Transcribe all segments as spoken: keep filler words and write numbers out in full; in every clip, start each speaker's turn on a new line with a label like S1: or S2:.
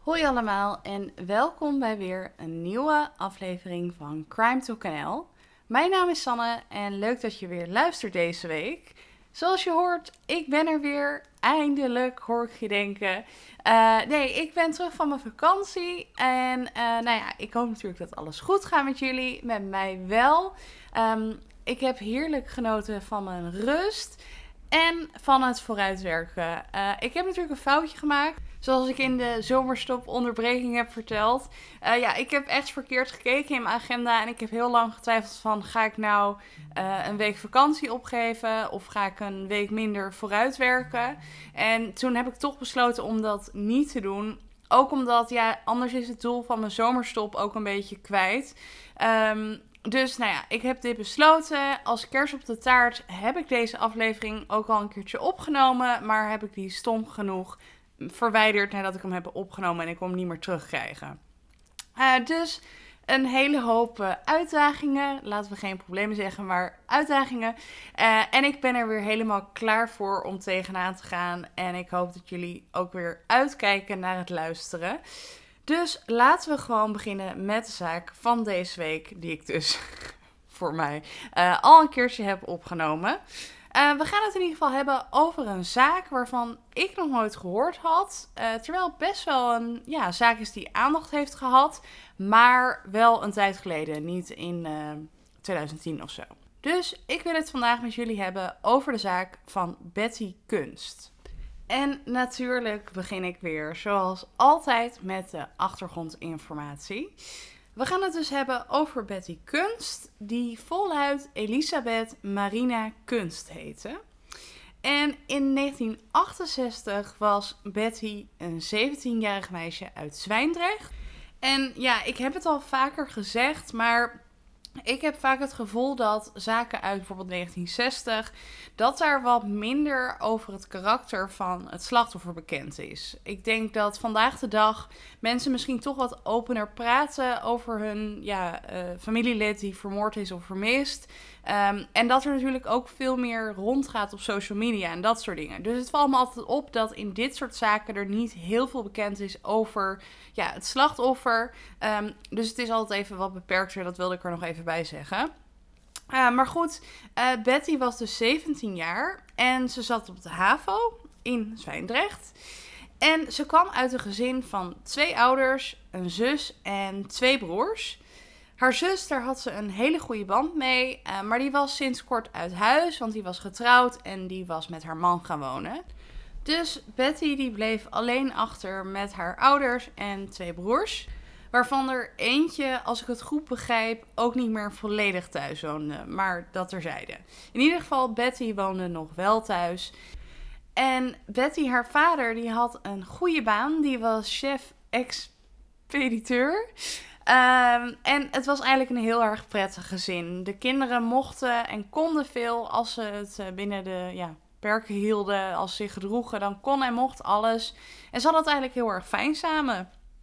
S1: Hoi allemaal en welkom bij weer een nieuwe aflevering van Crime to Kanaal. Mijn naam is Sanne en leuk dat je weer luistert deze week. Zoals je hoort, ik ben er weer. Eindelijk, hoor ik je denken. Uh, nee, ik ben terug van mijn vakantie. En uh, nou ja, ik hoop natuurlijk dat alles goed gaat met jullie. Met mij wel. Um, ik heb heerlijk genoten van mijn rust. En van het vooruitwerken. Uh, ik heb natuurlijk een foutje gemaakt. Zoals ik in de zomerstop onderbreking heb verteld. Uh, ja, ik heb echt verkeerd gekeken in mijn agenda. En ik heb heel lang getwijfeld van, ga ik nou uh, een week vakantie opgeven? Of ga ik een week minder vooruitwerken? En toen heb ik toch besloten om dat niet te doen. Ook omdat, ja, anders is het doel van mijn zomerstop ook een beetje kwijt. Um, Dus nou ja, ik heb dit besloten. Als kers op de taart heb ik deze aflevering ook al een keertje opgenomen. Maar heb ik die stom genoeg verwijderd nadat ik hem heb opgenomen en ik kon hem niet meer terugkrijgen. Uh, dus een hele hoop uh, uitdagingen. Laten we geen problemen zeggen, maar uitdagingen. Uh, en ik ben er weer helemaal klaar voor om tegenaan te gaan. En ik hoop dat jullie ook weer uitkijken naar het luisteren. Dus laten we gewoon beginnen met de zaak van deze week, die ik dus voor mij uh, al een keertje heb opgenomen. Uh, we gaan het in ieder geval hebben over een zaak waarvan ik nog nooit gehoord had. Uh, terwijl het best wel een ja, zaak is die aandacht heeft gehad, maar wel een tijd geleden, niet in uh, twintig tien of zo. Dus ik wil het vandaag met jullie hebben over de zaak van Betty Kunst. En natuurlijk begin ik weer, zoals altijd, met de achtergrondinformatie. We gaan het dus hebben over Betty Kunst, die voluit Elisabeth Marina Kunst heette. En in negentien achtenzestig was Betty een zeventienjarig meisje uit Zwijndrecht. En ja, ik heb het al vaker gezegd, maar ik heb vaak het gevoel dat zaken uit bijvoorbeeld negentien zestig... dat daar wat minder over het karakter van het slachtoffer bekend is. Ik denk dat vandaag de dag mensen misschien toch wat opener praten over hun ja, uh, familielid die vermoord is of vermist. Um, en dat er natuurlijk ook veel meer rondgaat op social media en dat soort dingen. Dus het valt me altijd op dat in dit soort zaken er niet heel veel bekend is over ja, het slachtoffer. Um, dus het is altijd even wat beperkter, dat wilde ik er nog even bij zeggen. Uh, maar goed, uh, Betty was dus zeventien jaar en ze zat op de HAVO in Zwijndrecht. En ze kwam uit een gezin van twee ouders, een zus en twee broers. Haar zus, daar had ze een hele goede band mee, uh, maar die was sinds kort uit huis, want die was getrouwd en die was met haar man gaan wonen. Dus Betty die bleef alleen achter met haar ouders en twee broers, waarvan er eentje, als ik het goed begrijp, ook niet meer volledig thuis woonde, maar dat terzijde. In ieder geval, Betty woonde nog wel thuis. En Betty, haar vader, die had een goede baan, die was chef-expediteur. Um, en het was eigenlijk een heel erg prettig gezin. De kinderen mochten en konden veel als ze het binnen de ja, perken hielden. Als ze zich gedroegen, dan kon en mocht alles. En ze hadden het eigenlijk heel erg fijn samen.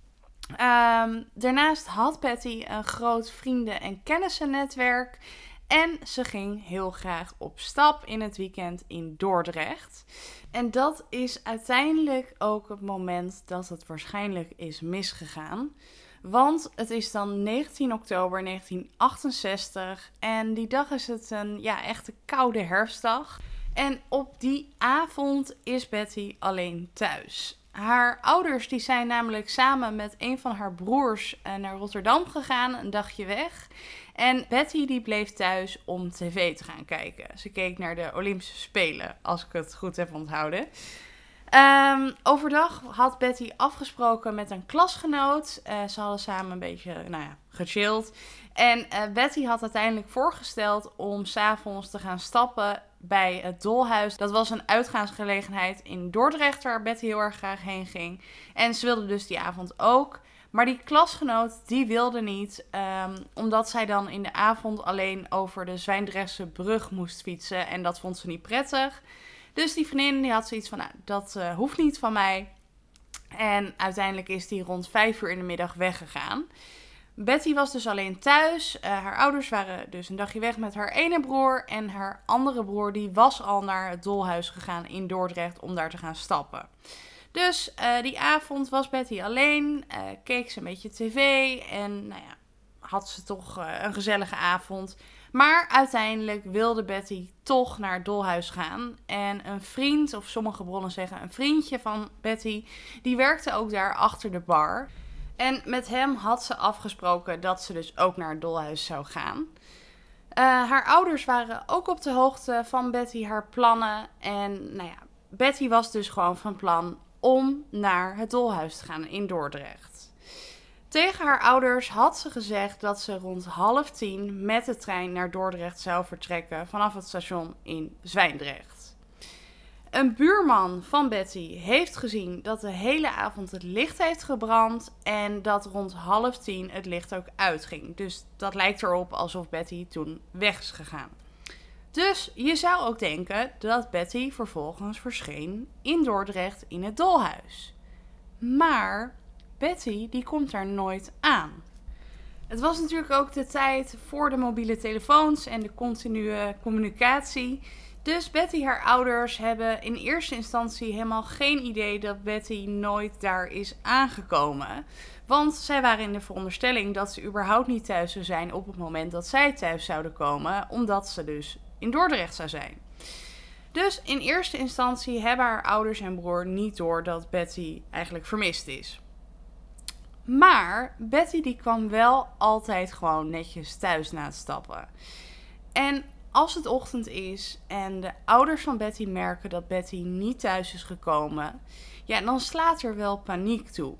S1: Um, daarnaast had Betty een groot vrienden- en kennissennetwerk. En ze ging heel graag op stap in het weekend in Dordrecht. En dat is uiteindelijk ook het moment dat het waarschijnlijk is misgegaan. Want het is dan negentien oktober negentien achtenzestig en die dag is het een ja, echte koude herfstdag. En op die avond is Betty alleen thuis. Haar ouders die zijn namelijk samen met een van haar broers naar Rotterdam gegaan, een dagje weg. En Betty die bleef thuis om tv te gaan kijken. Ze keek naar de Olympische Spelen, als ik het goed heb onthouden. Um, overdag had Betty afgesproken met een klasgenoot. Uh, ze hadden samen een beetje nou ja, gechilled. En uh, Betty had uiteindelijk voorgesteld om 's avonds te gaan stappen bij het Dolhuis. Dat was een uitgaansgelegenheid in Dordrecht waar Betty heel erg graag heen ging. En ze wilde dus die avond ook. Maar die klasgenoot die wilde niet, um, omdat zij dan in de avond alleen over de Zwijndrechtse brug moest fietsen. En dat vond ze niet prettig. Dus die vriendin die had zoiets van, nou, dat uh, hoeft niet van mij. En uiteindelijk is die rond vijf uur in de middag weggegaan. Betty was dus alleen thuis. Uh, haar ouders waren dus een dagje weg met haar ene broer. En haar andere broer die was al naar het Dolhuis gegaan in Dordrecht om daar te gaan stappen. Dus uh, die avond was Betty alleen, uh, keek ze een beetje tv en nou ja, had ze toch uh, een gezellige avond. Maar uiteindelijk wilde Betty toch naar het dolhuis gaan. En een vriend, of sommige bronnen zeggen een vriendje van Betty, die werkte ook daar achter de bar. En met hem had ze afgesproken dat ze dus ook naar het dolhuis zou gaan. Uh, haar ouders waren ook op de hoogte van Betty, haar plannen. En nou ja, Betty was dus gewoon van plan om naar het dolhuis te gaan in Dordrecht. Tegen haar ouders had ze gezegd dat ze rond half tien met de trein naar Dordrecht zou vertrekken vanaf het station in Zwijndrecht. Een buurman van Betty heeft gezien dat de hele avond het licht heeft gebrand en dat rond half tien het licht ook uitging. Dus dat lijkt erop alsof Betty toen weg is gegaan. Dus je zou ook denken dat Betty vervolgens verscheen in Dordrecht in het dolhuis. Maar Betty die komt daar nooit aan. Het was natuurlijk ook de tijd voor de mobiele telefoons en de continue communicatie. Dus Betty haar ouders hebben in eerste instantie helemaal geen idee dat Betty nooit daar is aangekomen. Want zij waren in de veronderstelling dat ze überhaupt niet thuis zou zijn op het moment dat zij thuis zouden komen, omdat ze dus in Dordrecht zou zijn. Dus in eerste instantie hebben haar ouders en broer niet door dat Betty eigenlijk vermist is. Maar Betty die kwam wel altijd gewoon netjes thuis na het stappen. En als het ochtend is en de ouders van Betty merken dat Betty niet thuis is gekomen, ja, dan slaat er wel paniek toe.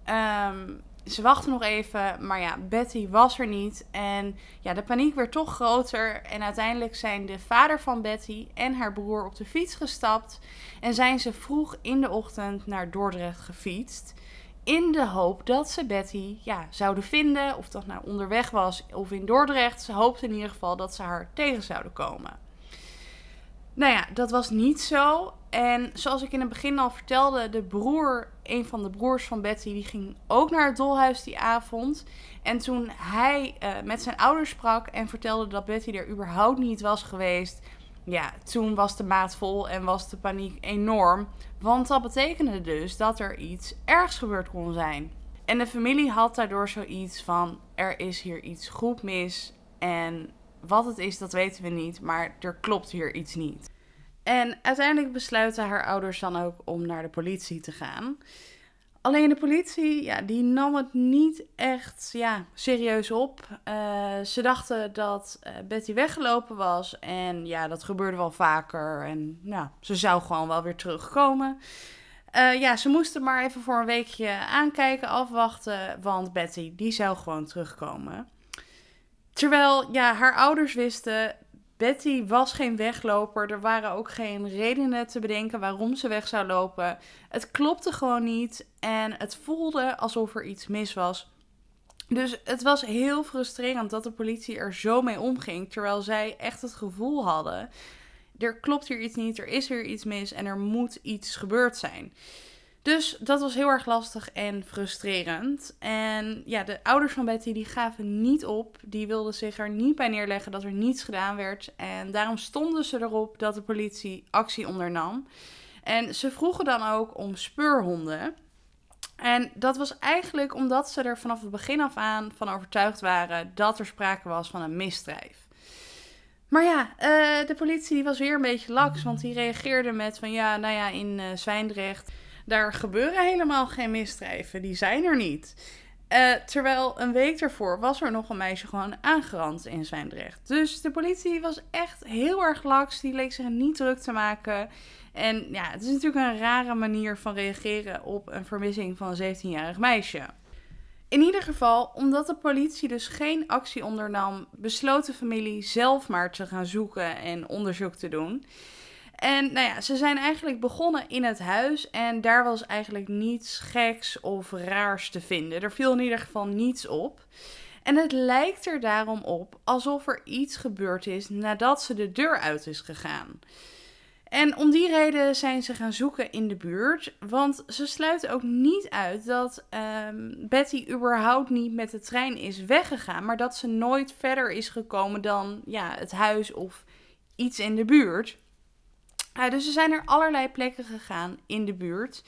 S1: Um, ze wachten nog even, maar ja, Betty was er niet. En ja, de paniek werd toch groter. En uiteindelijk zijn de vader van Betty en haar broer op de fiets gestapt. En zijn ze vroeg in de ochtend naar Dordrecht gefietst. In de hoop dat ze Betty ja, zouden vinden. Of dat nou onderweg was of in Dordrecht. Ze hoopten in ieder geval dat ze haar tegen zouden komen. Nou ja, dat was niet zo. En zoals ik in het begin al vertelde, de broer, een van de broers van Betty, die ging ook naar het dolhuis die avond. En toen hij uh, met zijn ouders sprak en vertelde dat Betty er überhaupt niet was geweest, ja, toen was de maat vol en was de paniek enorm. Want dat betekende dus dat er iets ergs gebeurd kon zijn. En de familie had daardoor zoiets van, er is hier iets goed mis. En wat het is, dat weten we niet, maar er klopt hier iets niet. En uiteindelijk besluiten haar ouders dan ook om naar de politie te gaan. Alleen de politie, ja, die nam het niet echt ja, serieus op. Uh, ze dachten dat uh, Betty weggelopen was. En ja, dat gebeurde wel vaker. En ja, ze zou gewoon wel weer terugkomen. Uh, ja, ze moesten maar even voor een weekje aankijken, afwachten. Want Betty, die zou gewoon terugkomen. Terwijl, ja, haar ouders wisten, Betty was geen wegloper. Er waren ook geen redenen te bedenken waarom ze weg zou lopen. Het klopte gewoon niet en het voelde alsof er iets mis was. Dus het was heel frustrerend dat de politie er zo mee omging, terwijl zij echt het gevoel hadden, er klopt hier iets niet, er is hier iets mis en er moet iets gebeurd zijn. Dus dat was heel erg lastig en frustrerend. En ja, de ouders van Betty die gaven niet op. Die wilden zich er niet bij neerleggen dat er niets gedaan werd. En daarom stonden ze erop dat de politie actie ondernam. En ze vroegen dan ook om speurhonden. En dat was eigenlijk omdat ze er vanaf het begin af aan van overtuigd waren dat er sprake was van een misdrijf. Maar ja, uh, de politie die was weer een beetje laks, want die reageerde met van ja, nou ja, in uh, Zwijndrecht, daar gebeuren helemaal geen misdrijven, die zijn er niet. Uh, terwijl een week daarvoor was er nog een meisje gewoon aangerand in Zwijndrecht. Dus de politie was echt heel erg laks, die leek zich niet druk te maken. En ja, het is natuurlijk een rare manier van reageren op een vermissing van een zeventienjarig meisje. In ieder geval, omdat de politie dus geen actie ondernam, besloot de familie zelf maar te gaan zoeken en onderzoek te doen. En nou ja, ze zijn eigenlijk begonnen in het huis en daar was eigenlijk niets geks of raars te vinden. Er viel in ieder geval niets op. En het lijkt er daarom op alsof er iets gebeurd is nadat ze de deur uit is gegaan. En om die reden zijn ze gaan zoeken in de buurt, want ze sluiten ook niet uit dat um, Betty überhaupt niet met de trein is weggegaan, maar dat ze nooit verder is gekomen dan ja, het huis of iets in de buurt. Uh, dus ze zijn naar allerlei plekken gegaan in de buurt.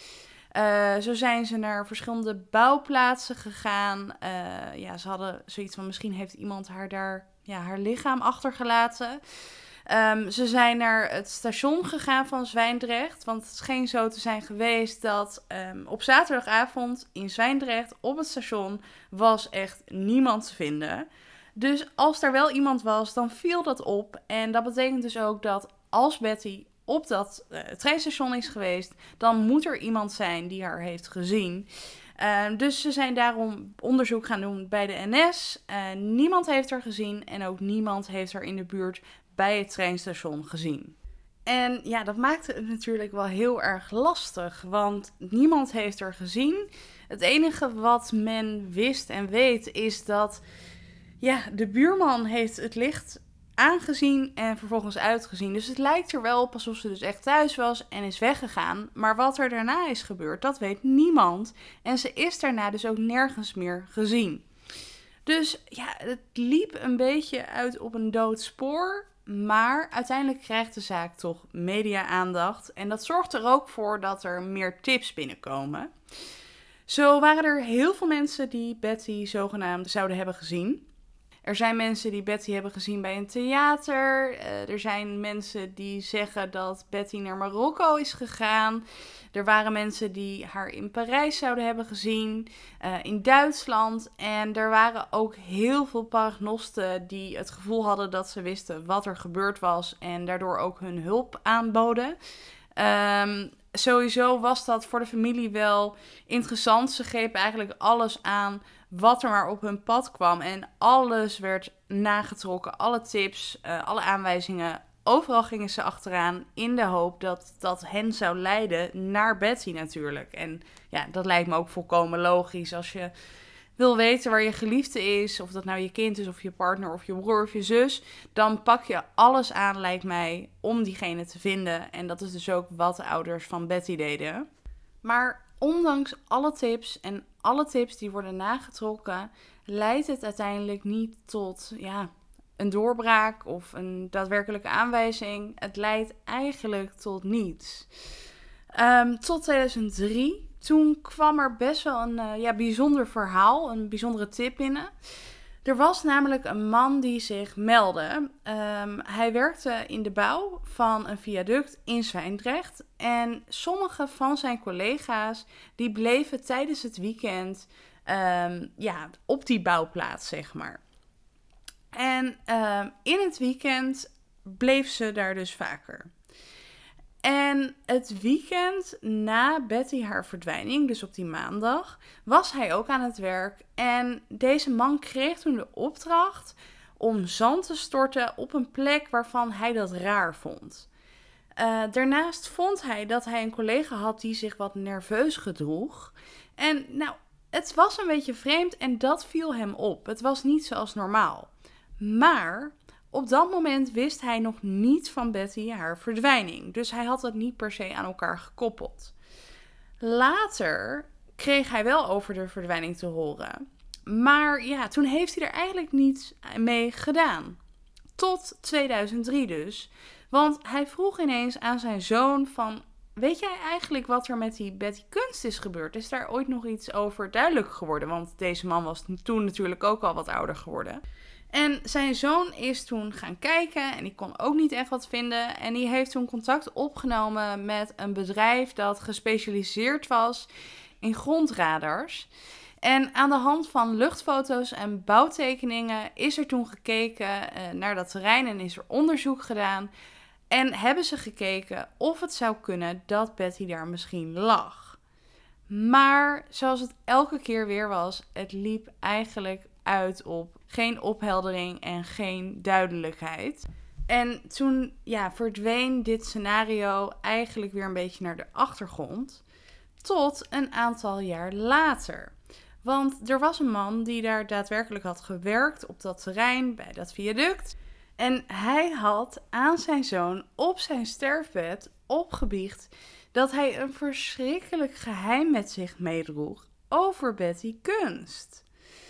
S1: Uh, zo zijn ze naar verschillende bouwplaatsen gegaan. Uh, ja, ze hadden zoiets van, misschien heeft iemand haar daar ja, haar lichaam achtergelaten. Um, ze zijn naar het station gegaan van Zwijndrecht. Want het scheen zo te zijn geweest dat um, op zaterdagavond in Zwijndrecht op het station was echt niemand te vinden. Dus als er wel iemand was, dan viel dat op. En dat betekent dus ook dat als Betty op dat uh, treinstation is geweest, dan moet er iemand zijn die haar heeft gezien. Uh, dus ze zijn daarom onderzoek gaan doen bij de N S. Uh, niemand heeft haar gezien en ook niemand heeft haar in de buurt bij het treinstation gezien. En ja, dat maakte het natuurlijk wel heel erg lastig, want niemand heeft haar gezien. Het enige wat men wist en weet is dat ja, de buurman heeft het licht aangezien en vervolgens uitgezien. Dus het lijkt er wel op alsof ze dus echt thuis was en is weggegaan. Maar wat er daarna is gebeurd, dat weet niemand. En ze is daarna dus ook nergens meer gezien. Dus ja, het liep een beetje uit op een dood spoor. Maar uiteindelijk krijgt de zaak toch media-aandacht. En dat zorgt er ook voor dat er meer tips binnenkomen. Zo waren er heel veel mensen die Betty zogenaamd zouden hebben gezien. Er zijn mensen die Betty hebben gezien bij een theater. Uh, er zijn mensen die zeggen dat Betty naar Marokko is gegaan. Er waren mensen die haar in Parijs zouden hebben gezien, uh, in Duitsland. En er waren ook heel veel paragnosten die het gevoel hadden dat ze wisten wat er gebeurd was en daardoor ook hun hulp aanboden. Um, sowieso was dat voor de familie wel interessant. Ze grepen eigenlijk alles aan wat er maar op hun pad kwam. En alles werd nagetrokken, alle tips, uh, alle aanwijzingen. Overal gingen ze achteraan in de hoop dat dat hen zou leiden naar Betty natuurlijk. En ja, dat lijkt me ook volkomen logisch. Als je wil weten waar je geliefde is, of dat nou je kind is, of je partner, of je broer of je zus, dan pak je alles aan, lijkt mij, om diegene te vinden. En dat is dus ook wat de ouders van Betty deden. Maar ondanks alle tips en alle tips die worden nagetrokken, leidt het uiteindelijk niet tot ja, een doorbraak of een daadwerkelijke aanwijzing. Het leidt eigenlijk tot niets. Um, tot tweeduizend drie, toen kwam er best wel een uh, ja, bijzonder verhaal, een bijzondere tip binnen. Er was namelijk een man die zich meldde. Um, hij werkte in de bouw van een viaduct in Zwijndrecht. En sommige van zijn collega's die bleven tijdens het weekend um, ja, op die bouwplaats, zeg maar. En um, in het weekend bleef ze daar dus vaker. En het weekend na Betty haar verdwijning, dus op die maandag, was hij ook aan het werk. En deze man kreeg toen de opdracht om zand te storten op een plek waarvan hij dat raar vond. Uh, daarnaast vond hij dat hij een collega had die zich wat nerveus gedroeg. En nou, het was een beetje vreemd en dat viel hem op. Het was niet zoals normaal. Maar op dat moment wist hij nog niet van Betty haar verdwijning. Dus hij had het niet per se aan elkaar gekoppeld. Later kreeg hij wel over de verdwijning te horen. Maar ja, toen heeft hij er eigenlijk niets mee gedaan. Tot tweeduizend drie dus. Want hij vroeg ineens aan zijn zoon van, weet jij eigenlijk wat er met die Betty Kunst is gebeurd? Is daar ooit nog iets over duidelijk geworden? Want deze man was toen natuurlijk ook al wat ouder geworden. En zijn zoon is toen gaan kijken en die kon ook niet echt wat vinden. En die heeft toen contact opgenomen met een bedrijf dat gespecialiseerd was in grondradars. En aan de hand van luchtfoto's en bouwtekeningen is er toen gekeken uh, naar dat terrein en is er onderzoek gedaan. En hebben ze gekeken of het zou kunnen dat Betty daar misschien lag. Maar zoals het elke keer weer was, het liep eigenlijk uit op geen opheldering en geen duidelijkheid. En toen ja, verdween dit scenario eigenlijk weer een beetje naar de achtergrond. Tot een aantal jaar later. Want er was een man die daar daadwerkelijk had gewerkt op dat terrein bij dat viaduct. En hij had aan zijn zoon op zijn sterfbed opgebiecht dat hij een verschrikkelijk geheim met zich meedroeg over Betty Kunst.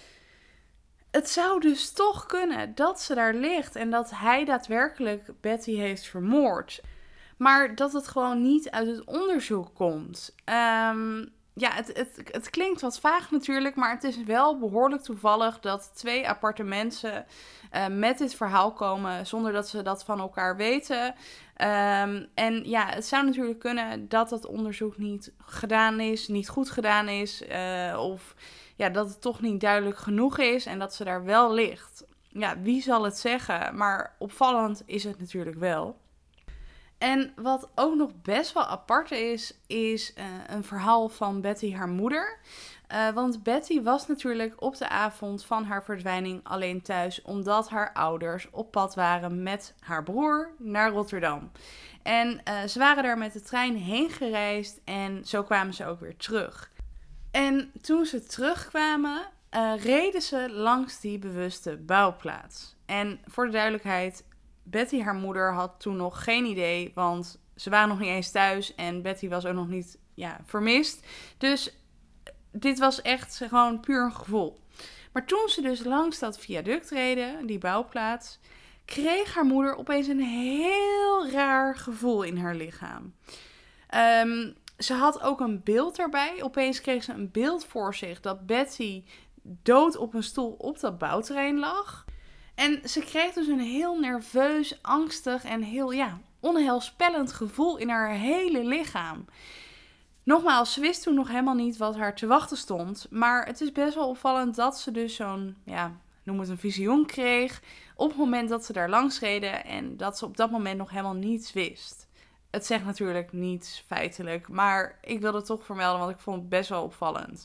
S1: Het zou dus toch kunnen dat ze daar ligt en dat hij daadwerkelijk Betty heeft vermoord. maar dat het gewoon niet uit het onderzoek komt. Um, ja, het, het, het klinkt wat vaag natuurlijk, maar het is wel behoorlijk toevallig dat twee aparte mensen uh, met dit verhaal komen zonder dat ze dat van elkaar weten. Um, en ja, het zou natuurlijk kunnen dat het onderzoek niet gedaan is, niet goed gedaan is, uh, of ja, dat het toch niet duidelijk genoeg is en dat ze daar wel ligt. Ja, wie zal het zeggen, maar opvallend is het natuurlijk wel. En wat ook nog best wel apart is, is uh, een verhaal van Betty, haar moeder. Uh, want Betty was natuurlijk op de avond van haar verdwijning alleen thuis, omdat haar ouders op pad waren met haar broer naar Rotterdam. En uh, ze waren daar met de trein heen gereisd en zo kwamen ze ook weer terug. En toen ze terugkwamen, uh, reden ze langs die bewuste bouwplaats. En voor de duidelijkheid, Betty, haar moeder, had toen nog geen idee, want ze waren nog niet eens thuis en Betty was ook nog niet ja, vermist. Dus dit was echt gewoon puur een gevoel. Maar toen ze dus langs dat viaduct reden, die bouwplaats, kreeg haar moeder opeens een heel raar gevoel in haar lichaam. Um, ze had ook een beeld erbij. Opeens kreeg ze een beeld voor zich dat Betty dood op een stoel op dat bouwterrein lag. En ze kreeg dus een heel nerveus, angstig en heel ja, onheilspellend gevoel in haar hele lichaam. Nogmaals, ze wist toen nog helemaal niet wat haar te wachten stond. Maar het is best wel opvallend dat ze dus zo'n, ja, noem het een visioen kreeg op het moment dat ze daar langs reden en dat ze op dat moment nog helemaal niets wist. Het zegt natuurlijk niets feitelijk, maar ik wilde het toch vermelden, want ik vond het best wel opvallend.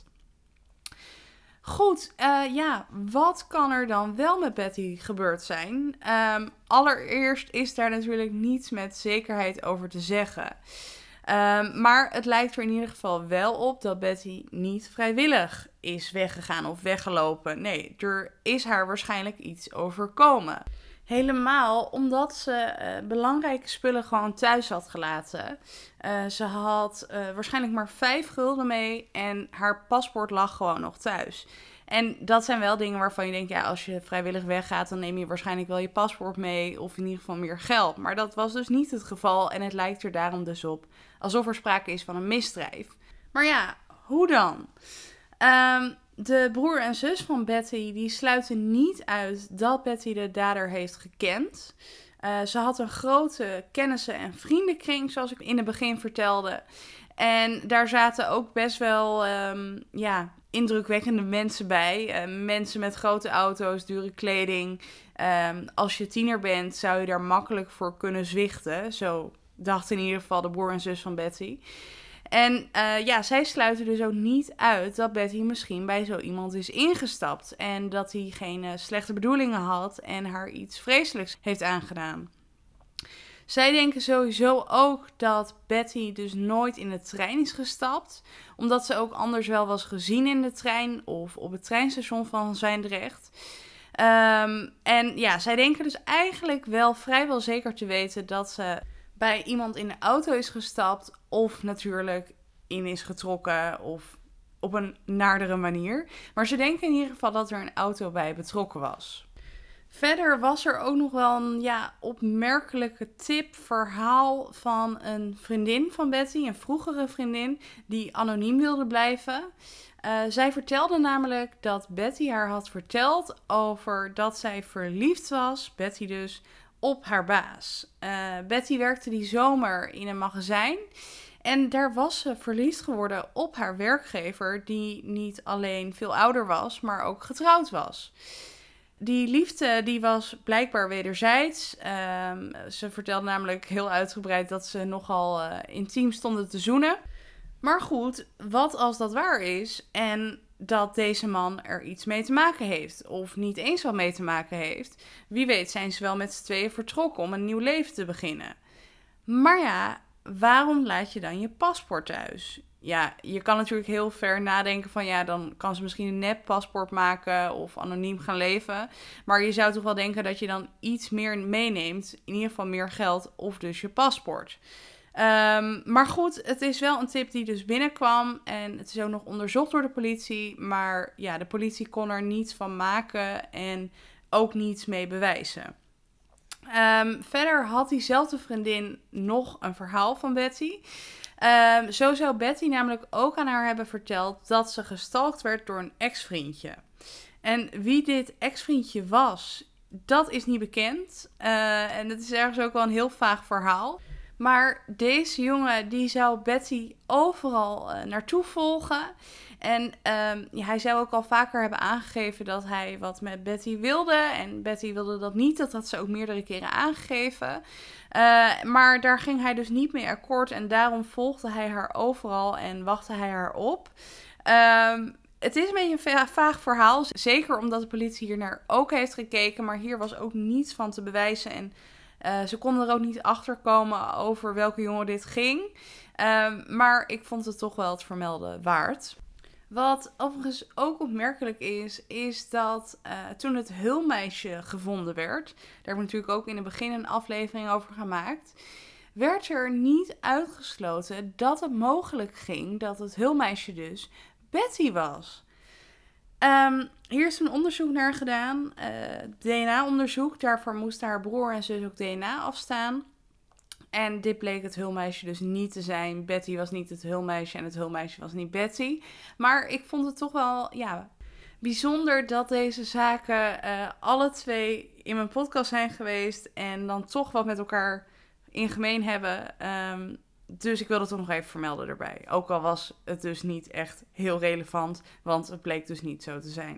S1: Goed, uh, ja, wat kan er dan wel met Betty gebeurd zijn? Um, allereerst is daar natuurlijk niets met zekerheid over te zeggen. Um, maar het lijkt er in ieder geval wel op dat Betty niet vrijwillig is weggegaan of weggelopen. Nee, er is haar waarschijnlijk iets overkomen. Helemaal omdat ze uh, belangrijke spullen gewoon thuis had gelaten. Uh, ze had uh, waarschijnlijk maar vijf gulden mee en haar paspoort lag gewoon nog thuis. En dat zijn wel dingen waarvan je denkt, ja, als je vrijwillig weggaat, dan neem je waarschijnlijk wel je paspoort mee of in ieder geval meer geld. Maar dat was dus niet het geval en het lijkt er daarom dus op alsof er sprake is van een misdrijf. Maar ja, hoe dan? Um, de broer en zus van Betty die sluiten niet uit dat Betty de dader heeft gekend. Uh, ze had een grote kennissen- en vriendenkring, zoals ik in het begin vertelde. En daar zaten ook best wel um, ja, indrukwekkende mensen bij. Uh, mensen met grote auto's, dure kleding. Um, als je tiener bent, zou je daar makkelijk voor kunnen zwichten. Zo dachten in ieder geval de broer en zus van Betty. En uh, ja, zij sluiten dus ook niet uit dat Betty misschien bij zo iemand is ingestapt. En dat hij geen uh, slechte bedoelingen had en haar iets vreselijks heeft aangedaan. Zij denken sowieso ook dat Betty dus nooit in de trein is gestapt. Omdat ze ook anders wel was gezien in de trein of op het treinstation van Zwijndrecht. Um, en ja, zij denken dus eigenlijk wel vrijwel zeker te weten dat ze bij iemand in de auto is gestapt of natuurlijk in is getrokken of op een naardere manier. Maar ze denken in ieder geval dat er een auto bij betrokken was. Verder was er ook nog wel een ja, opmerkelijke tip, verhaal van een vriendin van Betty, een vroegere vriendin, die anoniem wilde blijven. Uh, zij vertelde namelijk dat Betty haar had verteld over dat zij verliefd was, Betty dus, op haar baas. Uh, Betty werkte die zomer in een magazijn en daar was ze verliefd geworden op haar werkgever, die niet alleen veel ouder was, maar ook getrouwd was. Die liefde die was blijkbaar wederzijds. Um, ze vertelde namelijk heel uitgebreid dat ze nogal uh, intiem stonden te zoenen. Maar goed, wat als dat waar is en dat deze man er iets mee te maken heeft of niet eens wat mee te maken heeft? Wie weet zijn ze wel met z'n tweeën vertrokken om een nieuw leven te beginnen. Maar ja, waarom laat je dan je paspoort thuis? Ja, je kan natuurlijk heel ver nadenken van ja, dan kan ze misschien een nep-paspoort maken of anoniem gaan leven. Maar je zou toch wel denken dat je dan iets meer meeneemt, in ieder geval meer geld of dus je paspoort. Um, maar goed, het is wel een tip die dus binnenkwam en het is ook nog onderzocht door de politie. Maar ja, de politie kon er niets van maken en ook niets mee bewijzen. Um, verder had diezelfde vriendin nog een verhaal van Betty. Um, zo zou Betty namelijk ook aan haar hebben verteld dat ze gestalkt werd door een ex-vriendje. En wie dit ex-vriendje was, dat is niet bekend. Uh, en het is ergens ook wel een heel vaag verhaal. Maar deze jongen die zou Betty overal uh, naartoe volgen. En um, ja, hij zou ook al vaker hebben aangegeven dat hij wat met Betty wilde. En Betty wilde dat niet. Dat had ze ook meerdere keren aangegeven. Uh, maar daar ging hij dus niet mee akkoord. En daarom volgde hij haar overal en wachtte hij haar op. Um, Het is een beetje een vaag verhaal. Zeker omdat de politie hier naar ook heeft gekeken. Maar hier was ook niets van te bewijzen. En uh, ze konden er ook niet achter komen over welke jongen dit ging. Um, maar ik vond het toch wel het vermelden waard. Wat overigens ook opmerkelijk is, is dat uh, toen het hulmeisje gevonden werd, daar heb ik natuurlijk ook in het begin een aflevering over gemaakt, werd er niet uitgesloten dat het mogelijk ging dat het hulmeisje dus Betty was. Um, hier is een onderzoek naar gedaan, uh, D N A-onderzoek. Daarvoor moesten haar broer en zus ook D N A afstaan. En dit bleek het hulmeisje dus niet te zijn. Betty was niet het hulmeisje en het hulmeisje was niet Betty. Maar ik vond het toch wel ja, bijzonder dat deze zaken uh, alle twee in mijn podcast zijn geweest. En dan toch wat met elkaar in gemeen hebben. Um, dus ik wil dat toch nog even vermelden erbij. Ook al was het dus niet echt heel relevant. Want het bleek dus niet zo te zijn.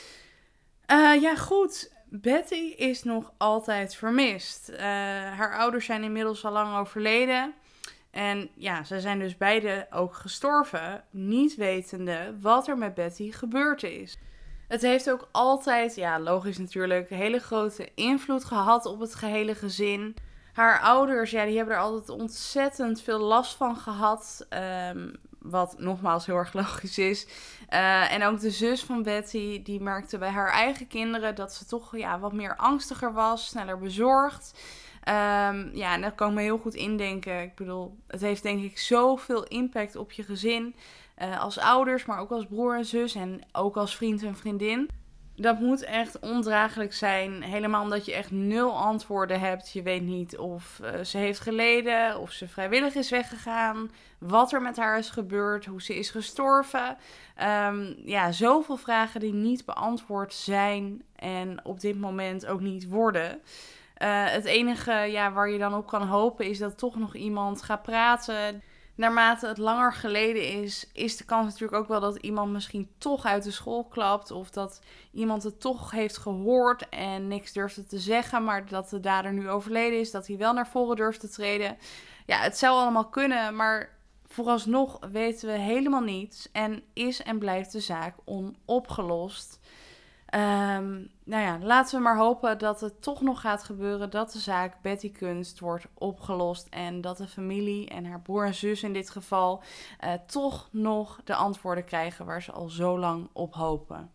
S1: Uh, ja goed, Betty is nog altijd vermist. Uh, haar ouders zijn inmiddels al lang overleden. En ja, ze zijn dus beide ook gestorven, niet wetende wat er met Betty gebeurd is. Het heeft ook altijd, ja logisch natuurlijk, een hele grote invloed gehad op het gehele gezin. Haar ouders, ja, die hebben er altijd ontzettend veel last van gehad. Um, wat nogmaals heel erg logisch is. Uh, en ook de zus van Betty, die merkte bij haar eigen kinderen dat ze toch ja, wat meer angstiger was, sneller bezorgd. Um, ja, en dat kan ik me heel goed indenken. Ik bedoel, het heeft denk ik zoveel impact op je gezin. Uh, als ouders, maar ook als broer en zus en ook als vriend en vriendin. Dat moet echt ondraaglijk zijn. Helemaal omdat je echt nul antwoorden hebt. Je weet niet of uh, ze heeft geleden, of ze vrijwillig is weggegaan, wat er met haar is gebeurd, hoe ze is gestorven. Um, ja, zoveel vragen die niet beantwoord zijn en op dit moment ook niet worden. Uh, het enige ja, waar je dan op kan hopen is dat toch nog iemand gaat praten. Naarmate het langer geleden is, is de kans natuurlijk ook wel dat iemand misschien toch uit de school klapt. Of dat iemand het toch heeft gehoord en niks durfde te zeggen. Maar dat de dader nu overleden is, dat hij wel naar voren durft te treden. Ja, het zou allemaal kunnen, maar vooralsnog weten we helemaal niets. En is en blijft de zaak onopgelost. Um, nou ja, laten we maar hopen dat het toch nog gaat gebeuren, dat de zaak Betty Kunst wordt opgelost en dat de familie en haar broer en zus in dit geval uh, toch nog de antwoorden krijgen waar ze al zo lang op hopen.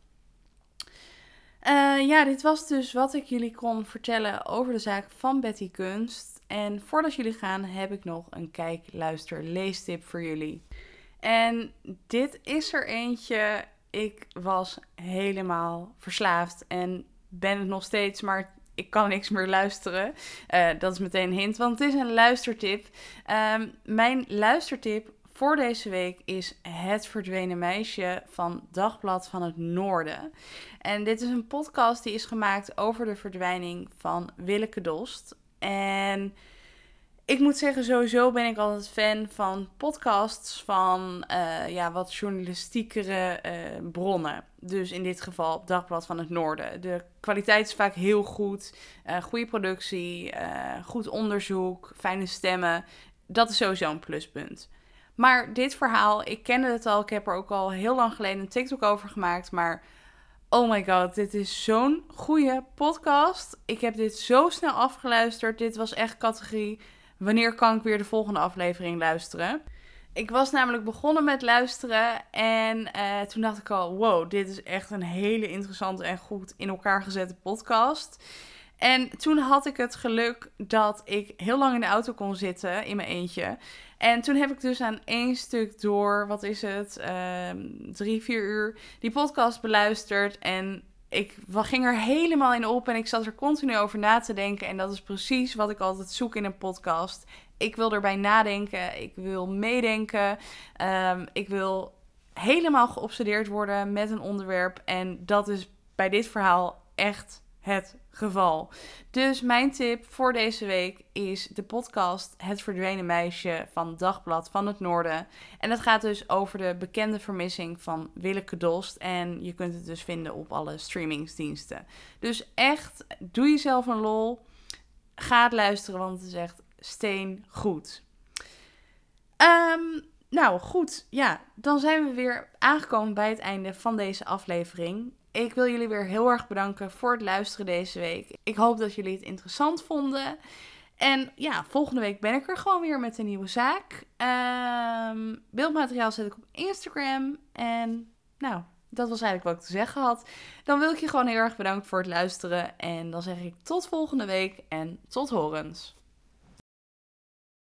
S1: Uh, ja, dit was dus wat ik jullie kon vertellen over de zaak van Betty Kunst. En voordat jullie gaan heb ik nog een kijk, luister, leestip voor jullie. En dit is er eentje. Ik was helemaal verslaafd en ben het nog steeds, maar ik kan niks meer luisteren. Uh, dat is meteen een hint, want het is een luistertip. Um, mijn luistertip voor deze week is Het Verdwenen Meisje van Dagblad van het Noorden. En dit is een podcast die is gemaakt over de verdwijning van Willeke Dost. En ik moet zeggen, sowieso ben ik altijd fan van podcasts van uh, ja, wat journalistiekere uh, bronnen. Dus in dit geval Dagblad van het Noorden. De kwaliteit is vaak heel goed. Uh, goede productie, uh, goed onderzoek, fijne stemmen. Dat is sowieso een pluspunt. Maar dit verhaal, ik kende het al. Ik heb er ook al heel lang geleden een TikTok over gemaakt. Maar oh my god, dit is zo'n goede podcast. Ik heb dit zo snel afgeluisterd. Dit was echt categorie: wanneer kan ik weer de volgende aflevering luisteren? Ik was namelijk begonnen met luisteren en uh, toen dacht ik al, wow, dit is echt een hele interessante en goed in elkaar gezette podcast. En toen had ik het geluk dat ik heel lang in de auto kon zitten in mijn eentje. En toen heb ik dus aan één stuk door, wat is het, uh, drie, vier uur, die podcast beluisterd. En ik ging er helemaal in op en ik zat er continu over na te denken. En dat is precies wat ik altijd zoek in een podcast. Ik wil erbij nadenken, ik wil meedenken, um, ik wil helemaal geobsedeerd worden met een onderwerp. En dat is bij dit verhaal echt het geval. Dus mijn tip voor deze week is de podcast Het Verdwenen Meisje van Dagblad van het Noorden. En het gaat dus over de bekende vermissing van Willeke Dost. En je kunt het dus vinden op alle streamingsdiensten. Dus echt, doe jezelf een lol. Ga het luisteren, want het is echt steengoed. Um, nou goed, ja, dan zijn we weer aangekomen bij het einde van deze aflevering. Ik wil jullie weer heel erg bedanken voor het luisteren deze week. Ik hoop dat jullie het interessant vonden. En ja, volgende week ben ik er gewoon weer met een nieuwe zaak. Um, beeldmateriaal zet ik op Instagram. En nou, dat was eigenlijk wat ik te zeggen had. Dan wil ik je gewoon heel erg bedanken voor het luisteren. En dan zeg ik tot volgende week en tot horens.